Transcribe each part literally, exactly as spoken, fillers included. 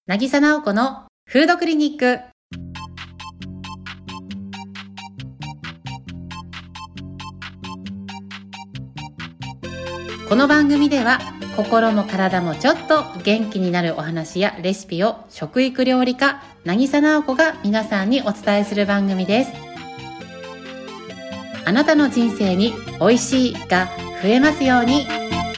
渚直子のフードクリニック。この番組では心も体もちょっと元気になるお話やレシピを食育料理家渚直子が皆さんにお伝えする番組です。あなたの人生に美味しいが増えますように。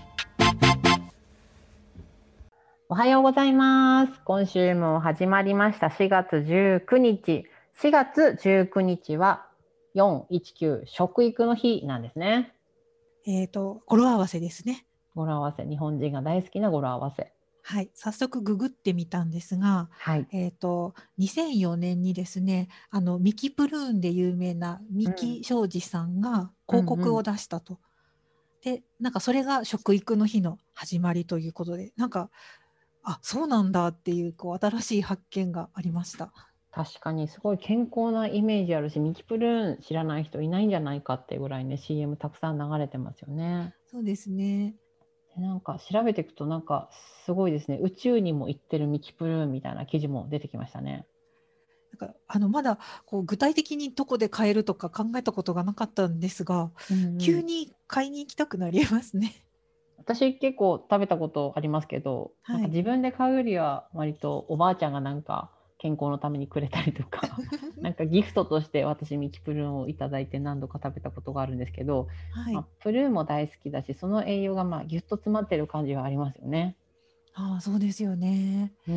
おはようございます。今週も始まりましたしがつじゅうくにち。しがつじゅうくにちはよんいちきゅう食育の日なんですね。 えっと、語呂合わせですね。 語呂合わせ、日本人が大好きな語呂合わせ。 はい、早速ググってみたんですが、 はい。 えっと、にせんよねんにですね、あのミキプルーンで有名な三木昌司さんが広告を出したと。うんうん、で、なんかそれが食育の日の始まりということで、なんか、あ、そうなんだっていう、こう新しい発見がありました。 確かにすごい健康なイメージあるし、ミキプルーン知らない人いないんじゃないかっていうぐらいね シーエム たくさん流れてますよね。 そうですね。 なんか調べていくとなんかすごいですね。宇宙にも行ってるミキプルーンみたいな記事も出てきましたね。 なんかあのまだこう具体的にどこで買えるとか考えたことがなかったんですが、うんうん、急に買いに行きたくなりますね。 私結構食べたことありますけど、はい、なんか自分で買うよりは割とおばあちゃんがなんか健康のためにくれたりとかなんかギフトとして私ミキプルーンをいただいて何度か食べたことがあるんですけど、はい、まあ、プルーンも大好きだし、その栄養がまあギュッと詰まってる感じはありますよね。 ああ、そうですよね。 うんうん。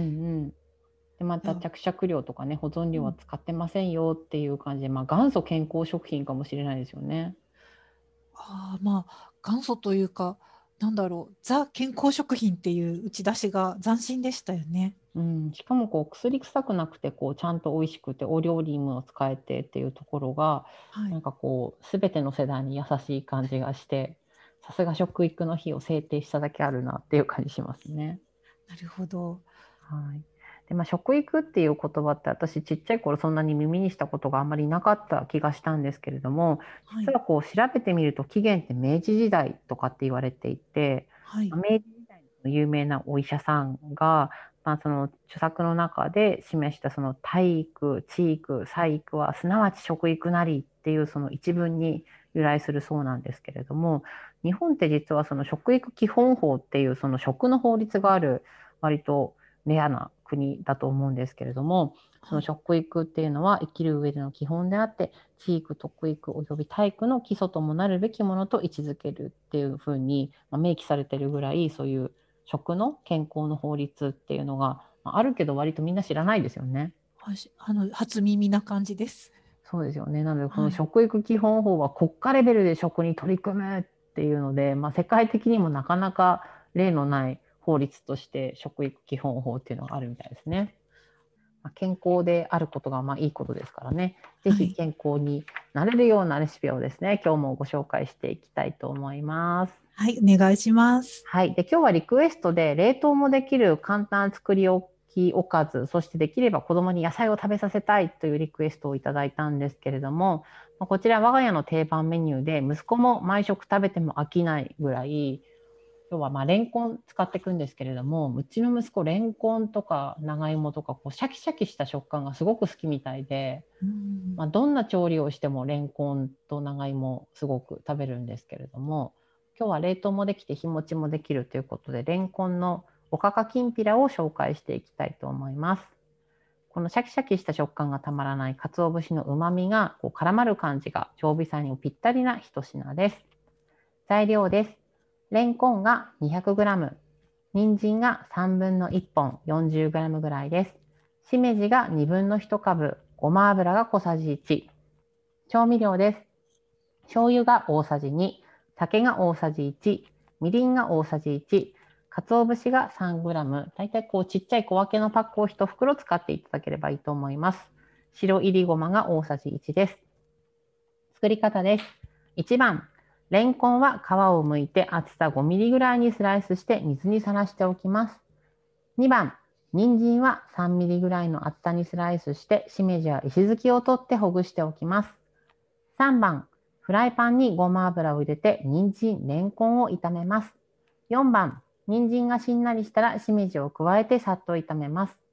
でまた着色料とかね、保存料は使ってませんよっていう感じで、まあ、元祖健康食品かもしれないですよね。 ああ、まあ元祖というか、なんだろう、ザ健康食品っていう打ち出しが斬新でしたよね。 うん、しかもこう薬臭くなくてこうちゃんと美味しくてお料理にも使えてっていうところが、はい、なんかこう全ての世代に優しい感じがして、さすが食育の日を制定しただけあるなっていう感じしますね。 なるほど。 はい。でまあ、食育っていう言葉って私ちっちゃい頃そんなに耳にしたことがあんまりなかった気がしたんですけれども、実はこう調べてみると起源って明治時代とかって言われていて、はい、明治時代の有名なお医者さんが、まあ、その著作の中で示したその体育、知育、採育はすなわち食育なりっていうその一文に由来するそうなんですけれども、日本って実はその食育基本法っていうその食の法律がある割とレアな国だと思うんですけれども、その食育っていうのは生きる上での基本であって、知育、徳育および体育の基礎ともなるべきものと位置づけるっていうふうに明記されているぐらい、そういう食の健康の法律っていうのがあるけど割とみんな知らないですよね。 あの初耳な感じです。 そうですよね。なのでこの食育基本法は国家レベルで食に取り組むっていうので、まあ、世界的にもなかなか例のない法律として食育基本法っていうのがあるみたいですね。まあ、健康であることがまあいいことですからね。ぜひ健康になれるようなレシピをですね、はい、今日もご紹介していきたいと思います。 はい、お願いします。 はい。で、今日はリクエストで冷凍もできる簡単作り置きおかず、そしてできれば子供に野菜を食べさせたいというリクエストをいただいたんですけれども、こちら我が家の定番メニューで息子も毎食食べても飽きないぐらい、今日はまあレンコン使っていくんですけれども、うちの息子レンコンとか長芋とかこうシャキシャキした食感がすごく好きみたいで、うんまあ、どんな調理をしてもレンコンと長芋すごく食べるんですけれども、今日は冷凍もできて日持ちもできるということで、レンコンのおかかきんぴらを紹介していきたいと思います。このシャキシャキした食感がたまらない鰹節のうまみがこう絡まる感じが常備菜にもぴったりな一品です。材料です。レンコンが にひゃくグラム、人参がさんぶんのいっぽん よんじゅうグラム ぐらいです。しめじがにぶんのいちかぶ、ごま油が小さじいち。調味料です。醤油が大さじに、酒が大さじいち、みりんが大さじいち、鰹節が さんグラム、だいたいこうちっちゃい小分けのパックをいち袋使っていただければいいと思います。白いりごまが大さじいちです。作り方です。いちばん、レンコンは皮を剥いて厚さごミリぐらいにスライスして水にさらしておきます。にばん、人参はさんミリぐらいの厚さにスライスしてしめじや石突きを取ってほぐしておきます。さんばん、フライパンにごま油を入れて人参、レンコンを炒めます。よんばん、人参がしんなりしたらしめじを加えてさっと炒めます。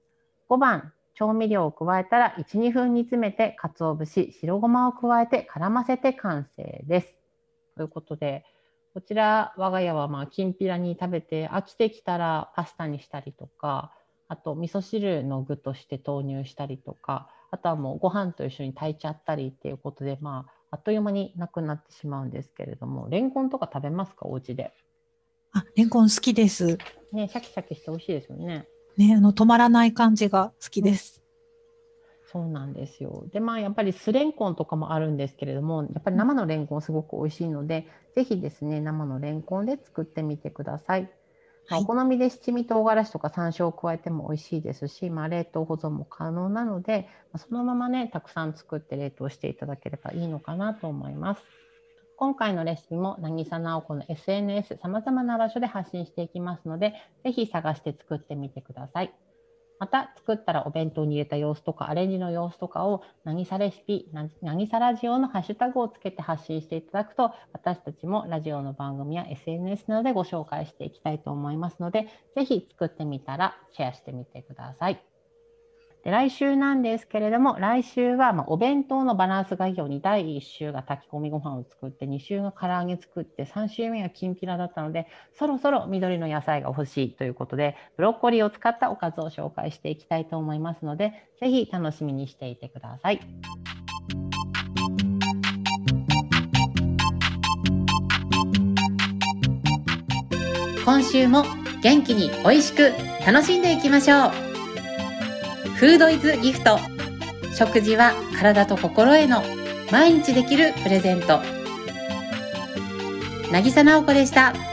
ごばん、調味料を加えたらいち、にふん煮詰めて、鰹節、白ごまを加えて絡ませて完成です。ということで、こちら我が家はまあきんぴらに食べて飽きてきたらパスタにしたりとか、あと味噌汁の具として投入したりとか、あとはもうご飯と一緒に炊いちゃったりっていうことで、まああっという間になくなってしまうんですけれども、レンコンとか食べますか、お家で？ あ、レンコン好きです。 ね、シャキシャキして美味しいですよね。 ね、あの止まらない感じが好きです。 うん、そうなんですよ。で、まあやっぱり酢レンコンとかもあるんですけれども、やっぱり生のレンコンすごく美味しいので、ぜひですね、生のレンコンで作ってみてください。まあ、お好みで七味唐辛子とか山椒を加えても美味しいですし、まあ、冷凍保存も可能なので、そのままね、たくさん作って冷凍していただければいいのかなと思います。今回のレシピも渚直子の エスエヌエス、さまざまな場所で発信していきますので、ぜひ探して作ってみてください。また、作ったらお弁当に入れた様子とかアレンジの様子とかをなぎさレシピ、なぎさラジオのハッシュタグをつけて発信していただくと、私たちもラジオの番組や エスエヌエス などでご紹介していきたいと思いますので、ぜひ作ってみたらシェアしてみてください。で、来週なんですけれども、来週はまあお弁当のバランスがいいようにだいいっ週が炊き込みご飯を作って、に週が唐揚げ作って、さん週目はきんぴらだったので、そろそろ緑の野菜が欲しいということで、ブロッコリーを使ったおかずを紹介していきたいと思いますので、ぜひ楽しみにしていてください。今週も元気に美味しく楽しんでいきましょう。フードイズギフト。食事は体と心への毎日できるプレゼント。渚直子でした。